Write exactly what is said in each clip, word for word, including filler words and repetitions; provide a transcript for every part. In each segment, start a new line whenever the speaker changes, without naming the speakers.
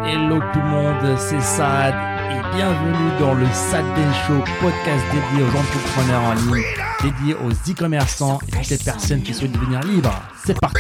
Hello tout le monde, c'est Saad et bienvenue dans le Saad Ben Show, podcast dédié aux entrepreneurs en ligne, dédié aux e-commerçants et toutes les personnes qui souhaitent devenir libres. C'est parti.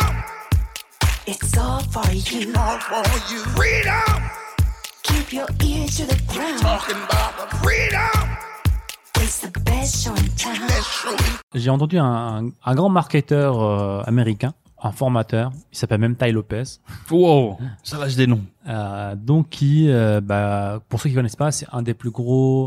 It's all for you.
All for you. Freedom.
Keep your ear to the ground.
Talking about the freedom.
It's the best show in town.
Let's show you.
J'ai entendu un, un, un grand marketeur euh, américain, un formateur, il s'appelle même Tai Lopez.
Wow, ça lâche des noms.
Euh, donc qui, euh, bah, pour ceux qui connaissent pas, c'est un des plus gros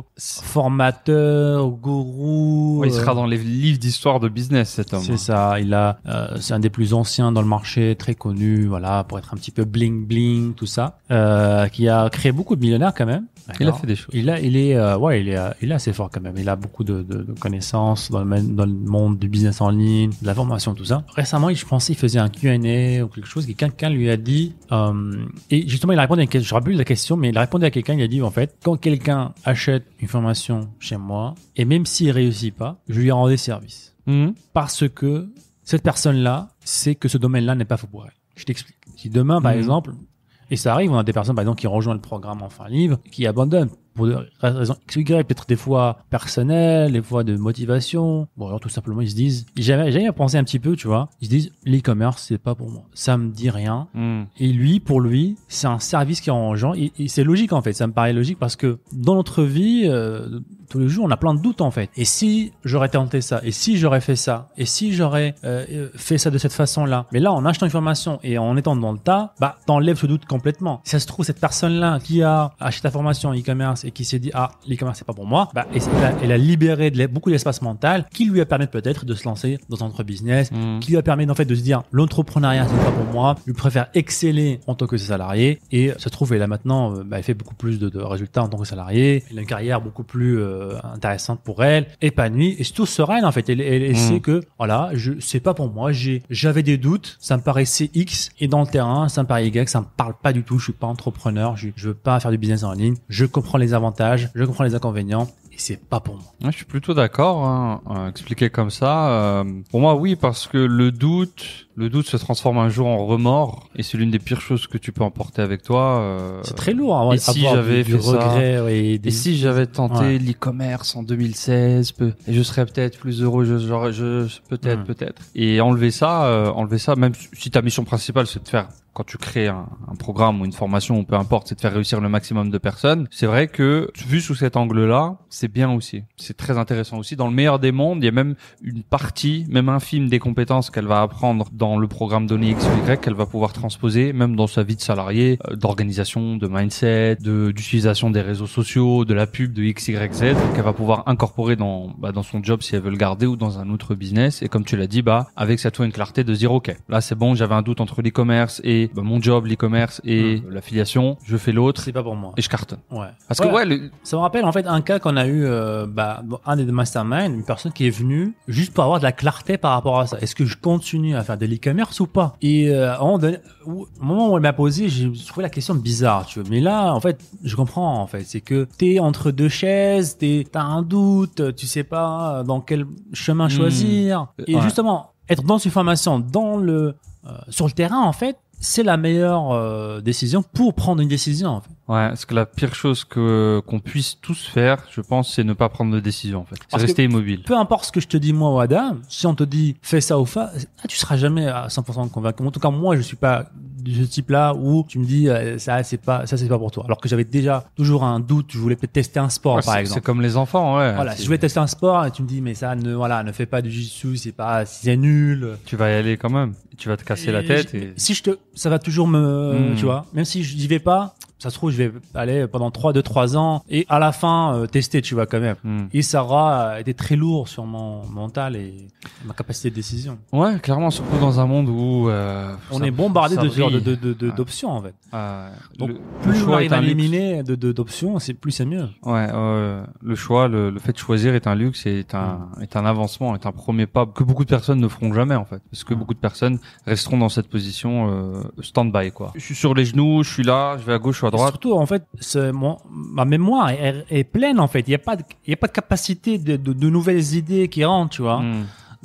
formateurs, gourous.
Ouais, il sera
euh,
dans les livres d'histoire de business, cet homme.
C'est ça. Il a, euh, c'est un des plus anciens dans le marché, très connu, voilà, pour être un petit peu bling bling, tout ça, euh, qui a créé beaucoup de millionnaires quand même.
Il a fait des choses.
Il a, il est, euh, ouais, il est, euh, il est assez fort quand même. Il a beaucoup de, de, de connaissances dans le, dans le monde du business en ligne, de la formation, tout ça. Récemment, je pensais, il faisait un Q and A ou quelque chose, et quelqu'un lui a dit, euh, et justement, il a répondu à une question, je ne me rappelle plus la question, mais il a répondu à quelqu'un, il a dit, en fait, quand quelqu'un achète une formation chez moi, et même s'il réussit pas, je lui rends des services.
Mmh.
Parce que cette personne-là sait que ce domaine-là n'est pas fait pour elle. Je t'explique. Si demain, par
Mmh.
exemple, et ça arrive, on a des personnes, par exemple, qui rejoignent le programme Enfin Libre, qui abandonnent pour des raisons X ou Y, peut-être des fois personnelles, des fois de motivation. Bon, alors tout simplement, ils se disent, j'avais, j'avais pensé un petit peu, tu vois, ils se disent, l'e-commerce, c'est pas pour moi. Ça me dit rien.
Mmh.
Et lui, pour lui, c'est un service qui rend aux gens. Et, et c'est logique, en fait. Ça me paraît logique parce que dans notre vie, euh, tous les jours, on a plein de doutes, en fait. Et si j'aurais tenté ça? Et si j'aurais fait ça? Et si j'aurais euh, fait ça de cette façon-là? Mais là, en achetant une formation et en étant dans le tas, bah, t'enlèves ce doute complètement. Si ça se trouve, cette personne-là qui a acheté ta formation e-commerce et qui s'est dit, ah, l'e-commerce, c'est pas pour moi, bah, et elle, a, elle a libéré de, beaucoup d'espace mental qui lui a permis peut-être de se lancer dans un autre business,
Mmh.
qui lui a permis, en fait, de se dire, l'entrepreneuriat, c'est pas pour moi, je préfère exceller en tant que salarié. Et ça se trouve, elle a maintenant, euh, bah, elle fait beaucoup plus de, de résultats en tant que salarié. Elle a une carrière beaucoup plus euh, intéressante pour elle, épanouie et surtout sereine, en fait. Elle, elle, elle
Mmh.
sait que, voilà, je, c'est pas pour moi, j'ai, j'avais des doutes, ça me paraissait X, et dans le terrain, ça me paraît Y, ça me parle pas du tout, je suis pas entrepreneur, je, je veux pas faire du business en ligne, je comprends les avantages, je comprends les inconvénients, et c'est pas pour moi.
Ouais, je suis plutôt d'accord, hein, euh, expliqué comme ça. Euh, pour moi, oui, parce que le doute, le doute se transforme un jour en remords, et c'est l'une des pires choses que tu peux emporter avec toi. Euh,
C'est très lourd, hein,
et si
avoir
j'avais
du, du
fait ça
regret, ouais, et des...
Et si j'avais tenté
Ouais.
l'e-commerce en deux mille seize, peu, et je serais peut-être plus heureux, je, j'aurais- je, peut-être,
Mm.
peut-être. Et enlever ça, euh, enlever ça, même si ta mission principale c'est de faire, quand tu crées un, un programme ou une formation ou peu importe, c'est de faire réussir le maximum de personnes. C'est vrai que vu sous cet angle-là, c'est bien aussi. C'est très intéressant aussi. Dans le meilleur des mondes, il y a même une partie, même infime des compétences qu'elle va apprendre dans le programme donné X ou Y, qu'elle va pouvoir transposer même dans sa vie de salarié, euh, d'organisation, de mindset, de d'utilisation des réseaux sociaux, de la pub, de X, Y, Z, qu'elle va pouvoir incorporer dans bah, dans son job si elle veut le garder ou dans un autre business. Et comme tu l'as dit, bah avec cette fois une clarté de se dire ok, là c'est bon, j'avais un doute entre l'e-commerce et bah, mon job, l'e-commerce et
Mmh.
l'affiliation, je fais l'autre
c'est pas pour moi.
et je cartonne.
Ouais.
Parce
Ouais.
que ouais, le,
Ça me rappelle en fait un cas qu'on a eu, euh, bah, dans un des masterminds, une personne qui est venue juste pour avoir de la clarté par rapport à ça. Est-ce que je continue à faire de l'e-commerce ou pas? Et euh, à un moment donné, où- au moment où elle m'a posé, j'ai trouvé la question bizarre, tu vois. Mais là, en fait, je comprends en fait, c'est que t'es entre deux chaises, t'es, t'as un doute, tu sais pas dans quel chemin choisir. Et
Ouais.
justement, être dans une formation, dans le, euh, sur le terrain, en fait, c'est la meilleure euh, décision pour prendre une décision. En fait.
ouais, parce que la pire chose que qu'on puisse tous faire, je pense, c'est ne pas prendre de décision en fait. C'est
Parce que-
rester immobile.
Peu importe ce que je te dis moi ou Adam, si on te dit fais ça ou ça, ah, tu seras jamais à cent pour cent convaincu. En tout cas, moi, je suis pas de ce type-là où tu me dis euh, ça c'est pas ça c'est pas pour toi. Alors que j'avais déjà toujours un doute, je voulais peut-être tester un sport
Ouais,
par
c'est,
exemple.
c'est comme les enfants, ouais.
Voilà,
C'est-
si je voulais tester un sport et tu me dis mais ça ne voilà, ne fais pas du jiu-jitsu, c'est pas c'est nul.
Tu vas y aller quand même. Tu vas te casser la
Et
tête.
je-
Et...
Si je te ça va toujours me
Mm.
tu vois, même si je n'y vais pas, ça se trouve je vais aller pendant trois deux trois ans et à la fin euh, tester, tu vois quand même.
Hmm.
Et ça aura été très lourd sur mon mental et ma capacité de décision.
Ouais, clairement, surtout dans un monde où euh,
On
ça-
est bombardé
ça
de, ce genre de,
brille.
de, de, de-
Ouais.
d'options en fait.
Euh,
Donc,
le, le
plus on
choix
arrive
est
à
un luxe.
éliminer de, de, d'options, c'est plus c'est mieux.
Ouais, euh, le choix, le, le fait de choisir est un luxe, et est un, est un avancement, est un premier pas que beaucoup de personnes ne feront jamais en fait, parce que
Mm.
beaucoup de personnes resteront dans cette position euh, stand-by quoi. Je suis sur les genoux, je suis là, je vais à gauche ou à
Et
droite.
surtout en fait, c'est, mon, ma mémoire est, est pleine en fait. Il y a pas de, il y a pas de capacité de, de, de nouvelles idées qui rentrent, tu vois.
Mm.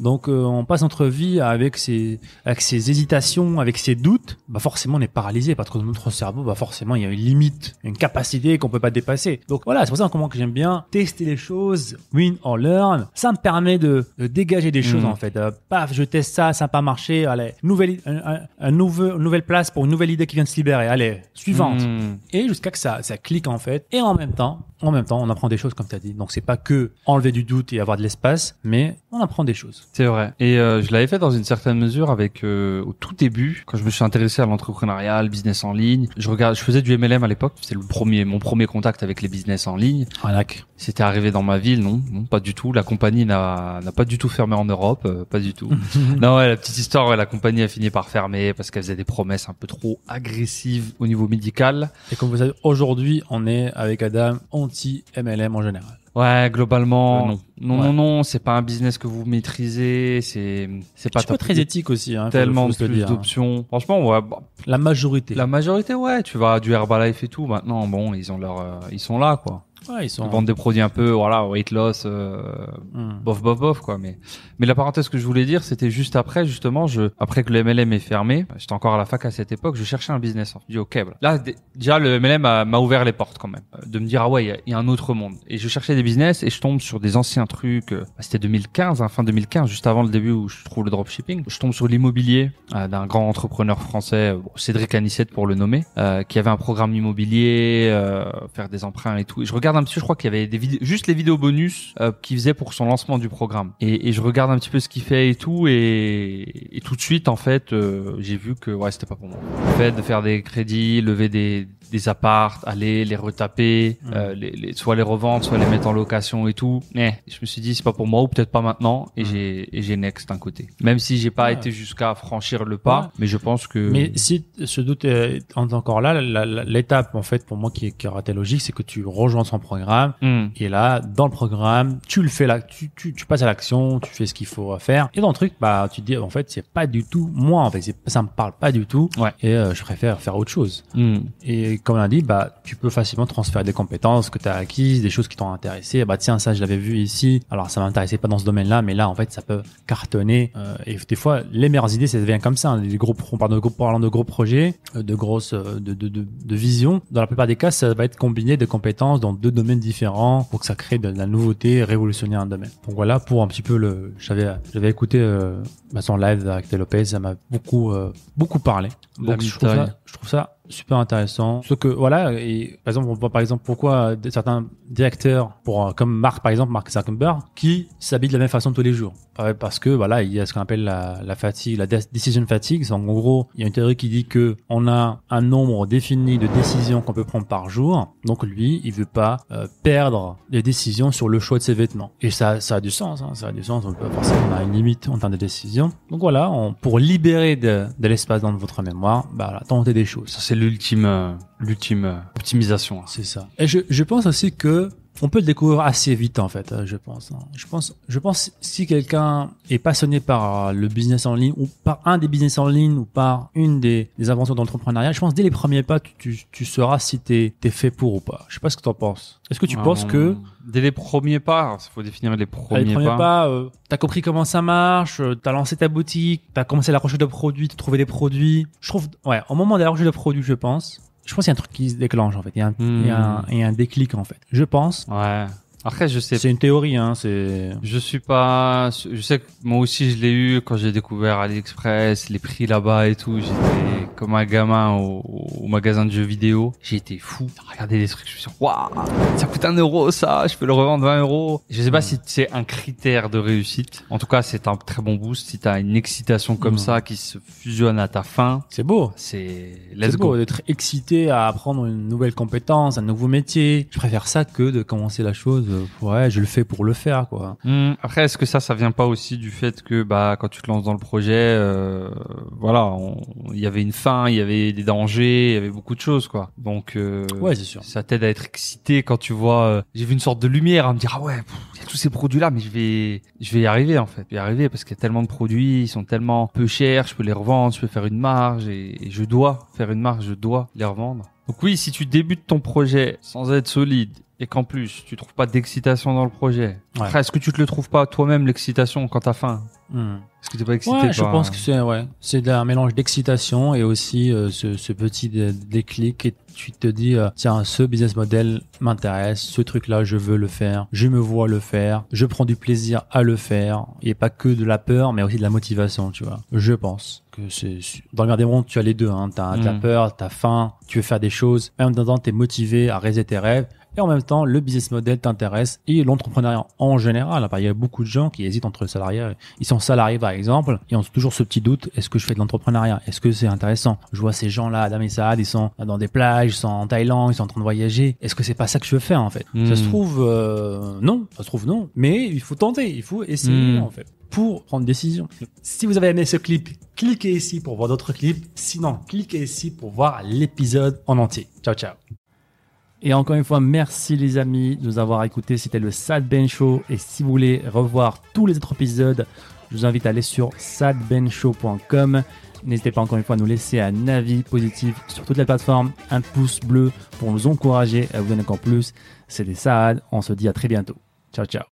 Donc euh, on passe notre vie avec ses avec ses hésitations, avec ses doutes. Bah forcément on est paralysé parce que dans notre cerveau, bah forcément il y a une limite, une capacité qu'on peut pas dépasser. Donc voilà, c'est pour ça comment que j'aime bien tester les choses, win or learn. Ça me permet de, de dégager des choses
Mmh.
en fait. Euh, paf, je teste ça, ça n'a pas marché. Allez, nouvelle un, un, un nouveau, une nouvelle place pour une nouvelle idée qui vient de se libérer. Allez, suivante.
Mmh.
Et jusqu'à que ça ça clique en fait. Et en même temps, en même temps, on apprend des choses comme tu as dit. Donc c'est pas que enlever du doute et avoir de l'espace, mais on apprend des choses.
C'est vrai. Et euh, je l'avais fait dans une certaine mesure avec euh, au tout début, quand je me suis intéressé à l'entrepreneuriat, le business en ligne. Je regarde, je faisais du M L M à l'époque. C'était le premier, mon premier contact avec les business en ligne.
Arnaque.
C'était arrivé dans ma ville, non, non, pas du tout. La compagnie n'a n'a pas du tout fermé en Europe, euh, pas du tout. Non, ouais, la petite histoire, ouais, la compagnie a fini par fermer parce qu'elle faisait des promesses un peu trop agressives au niveau médical.
Et comme vous savez, aujourd'hui, on est avec Adam anti-M L M en général.
Ouais, globalement,
Euh,
non, non,
Ouais.
non, non, c'est pas un business que vous maîtrisez, c'est c'est pas
C'est pas
top.
très éthique aussi. Hein, faut-
Tellement
faut
de
se le
plus
dire, hein.
d'options. Franchement, ouais, bah,
La majorité.
la majorité, ouais, tu vas à du Herbalife et tout. Maintenant, bon, ils ont leur, euh, ils sont là, quoi.
Ouais, ils sont.
Ils vendent des produits un peu, voilà, weight loss, euh,
Hmm.
bof, bof, bof, quoi. Mais, mais la parenthèse que je voulais dire, c'était juste après, justement, je, après que le M L M est fermé, j'étais encore à la fac à cette époque, je cherchais un business. Je dis, ok, voilà. Là, d- déjà, le M L M a- m'a ouvert les portes quand même, euh, de me dire, ah ouais, il y a, il y a un autre monde. Et je cherchais des business et je tombe sur des anciens trucs. euh, C'était deux mille quinze, hein, fin deux mille quinze, juste avant le début où je trouve le dropshipping. Je tombe sur l'immobilier euh, d'un grand entrepreneur français, euh, bon, Cédric Anissette pour le nommer, euh, qui avait un programme immobilier, euh, faire des emprunts et tout. Et je regarde un petit peu, je crois qu'il y avait des vidéos, juste les vidéos bonus euh, qu'il faisait pour son lancement du programme. Et, et je regarde un petit peu ce qu'il fait et tout, et, et tout de suite en fait, euh, j'ai vu que ouais, c'était pas pour moi. Le fait de faire des crédits, lever des des apparts, aller les retaper,
Mmh.
euh, les, les, soit les revendre, soit les mettre en location et tout. Mais je me suis dit c'est pas pour moi ou peut-être pas maintenant. Et j'ai et j'ai next d'un côté. Même si j'ai pas
Ouais.
été jusqu'à franchir le pas,
Ouais.
mais je pense que.
Mais si ce doute est encore là, la- la- l'étape en fait pour moi qui, est- qui aurait été logique, c'est que tu rejoins son programme.
Hmm.
Et là, dans le programme, tu le fais là, tu, tu, tu passes à l'action, tu fais ce qu'il faut faire. Et dans le truc, bah, tu te dis, en fait, c'est pas du tout moi, en fait, c'est, ça me parle pas du tout.
Ouais.
Et euh, je préfère faire autre chose.
Hmm.
Et comme on a dit, bah, tu peux facilement transférer des compétences que tu as acquises, des choses qui t'ont intéressé. Bah, tiens, ça, je l'avais vu ici. Alors, ça m'intéressait pas dans ce domaine-là, mais là, en fait, ça peut cartonner. Euh, et des fois, les meilleures idées, ça devient comme ça. Hein. Les gros, on parle de gros, parlant de gros projets, euh, de grosses, euh, de, de, de, de visions. Dans la plupart des cas, ça va être combiné de compétences dans deux domaines différents pour que ça crée de la nouveauté, révolutionner un domaine. Donc voilà, pour un petit peu le, j'avais, j'avais écouté euh, bah, son live avec Théo Lopez, ça m'a beaucoup, euh, beaucoup parlé.
La
Donc je trouve
mitaille.
ça, je trouve ça super intéressant. Ce que voilà, et par exemple, on voit par exemple pourquoi de- certains directeurs, pour euh, comme Mark par exemple, Mark Zuckerberg, qui s'habillent de la même façon tous les jours. Euh, Parce que voilà, il y a ce qu'on appelle la, la fatigue, la de- decision fatigue. En gros, il y a une théorie qui dit que on a un nombre défini de décisions qu'on peut prendre par jour. Donc lui, il veut pas euh, perdre les décisions sur le choix de ses vêtements. Et ça, ça a du sens. Hein, ça a du sens. On peut forcément on a une limite en termes de décision. Donc voilà, on, pour libérer de, de l'espace dans votre mémoire, bah voilà, tenter des choses.
Ça c'est l'ultime, euh, l'ultime euh, optimisation. hein.
C'est ça. Et je, je pense aussi que on peut le découvrir assez vite en fait. euh, Je pense. hein. Je pense. Je pense si quelqu'un est passionné par euh, le business en ligne ou par un des business en ligne ou par une des, des aventures d'entrepreneuriat, je pense dès les premiers pas, tu, tu, tu sauras si t'es t'es fait pour ou pas. Je sais pas ce que t'en penses. Est-ce que tu
Ah,
penses
bon,
que
dès les premiers pas, il faut définir les premiers,
les premiers
pas.
pas, euh, t'as compris comment ça marche, euh, t'as lancé ta boutique, t'as commencé la recherche de produits, t'as trouvé des produits. Je trouve, ouais, au moment de la recherche de produits, je pense. Je pense qu'il y a un truc qui se déclenche en fait. Il y a un, il y a un, il y a un déclic en fait. Je pense.
Ouais. Après, je sais.
C'est une théorie, hein. C'est.
Je suis pas. Je sais que moi aussi, je l'ai eu quand j'ai découvert AliExpress, les prix là-bas et tout. J'étais comme un gamin au, au magasin de jeux vidéo. J'ai été fou. Regardez les trucs. Je me suis dit, waouh, ça coûte un euro, ça. Je peux le revendre vingt euros. Je sais pas si c'est un critère de réussite. En tout cas, c'est un très bon boost. Si t'as une excitation comme
Mm.
ça qui se fusionne à ta fin,
C'est beau.
c'est let's
C'est beau
go.
d'être excité à apprendre une nouvelle compétence, un nouveau métier. Je préfère ça que de commencer la chose. euh, Ouais, je le fais pour le faire, quoi.
Hmm. Après, est-ce que ça, ça vient pas aussi du fait que, bah, quand tu te lances dans le projet, euh, voilà, on- il y avait une fin, il y avait des dangers, il y avait beaucoup de choses, quoi. Donc, euh,
Ouais, c'est sûr.
ça t'aide à être excité quand tu vois. euh, j'ai vu une sorte de lumière, à me dire ah ouais, pff, il y a tous ces produits-là, mais je vais, je vais y arriver en fait, je vais y arriver parce qu'il y a tellement de produits, ils sont tellement peu chers, je peux les revendre, je peux faire une marge et, et je dois faire une marge, je dois les revendre. Donc oui, si tu débutes ton projet sans être solide et qu'en plus tu trouves pas d'excitation dans le projet,
Ouais.
après, est-ce que tu te le trouves pas toi-même l'excitation quand t'as faim?
Hmm.
Est-ce que t'es pas excité
Ouais,
par...
je pense que c'est ouais, c'est un mélange d'excitation et aussi euh, ce, ce petit dé- déclic et tu te dis euh, tiens, ce business model m'intéresse, ce truc-là je veux le faire, je me vois le faire, je prends du plaisir à le faire et pas que de la peur mais aussi de la motivation, tu vois. Je pense que c'est dans le meilleur des mondes tu as les deux, hein. T'as
Mm.
t'as peur, t'as faim, tu veux faire des choses, en même temps t'es motivé à réaliser tes rêves. Et en même temps, le business model t'intéresse et l'entrepreneuriat en général. Il y a beaucoup de gens qui hésitent entre le salariat. Ils sont salariés, par exemple, et ont toujours ce petit doute. Est-ce que je fais de l'entrepreneuriat? Est-ce que c'est intéressant? Je vois ces gens-là, Adam et Saad, ils sont dans des plages, ils sont en Thaïlande, ils sont en train de voyager. Est-ce que c'est pas ça que je veux faire, en fait?
Mm.
Ça se trouve, euh, non. Ça se trouve, non. Mais il faut tenter. Il faut essayer,
Mm.
en fait, pour prendre une décision. Si vous avez aimé ce clip, cliquez ici pour voir d'autres clips. Sinon, cliquez ici pour voir l'épisode en entier. Ciao, ciao. Et encore une fois, merci les amis de nous avoir écoutés. C'était le Sad Ben Show. Et si vous voulez revoir tous les autres épisodes, je vous invite à aller sur sad ben show point com. N'hésitez pas encore une fois à nous laisser un avis positif sur toutes les plateformes, un pouce bleu pour nous encourager à vous donner encore plus. C'était Saad. On se dit à très bientôt. Ciao, ciao.